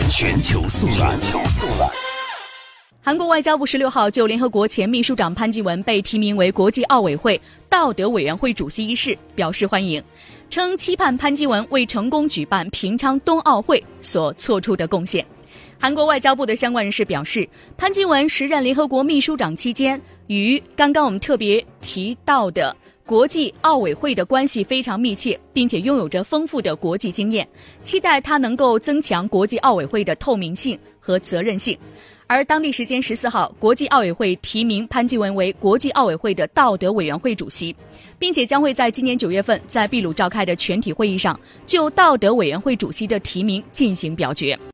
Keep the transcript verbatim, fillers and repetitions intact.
全球速览。 韩国外交部十六号就联合国前秘书长潘基文被提名为国际奥委会道德委员会主席一事表示欢迎，称期盼潘基文为成功举办平昌冬奥会所做出的贡献。韩国外交部的相关人士表示，潘基文时任联合国秘书长期间，与刚刚我们特别提到的国际奥委会的关系非常密切，并且拥有着丰富的国际经验，期待他能够增强国际奥委会的透明性和责任性。而当地时间十四号，国际奥委会提名潘基文为国际奥委会的道德委员会主席，并且将会在今年九月份在秘鲁召开的全体会议上就道德委员会主席的提名进行表决。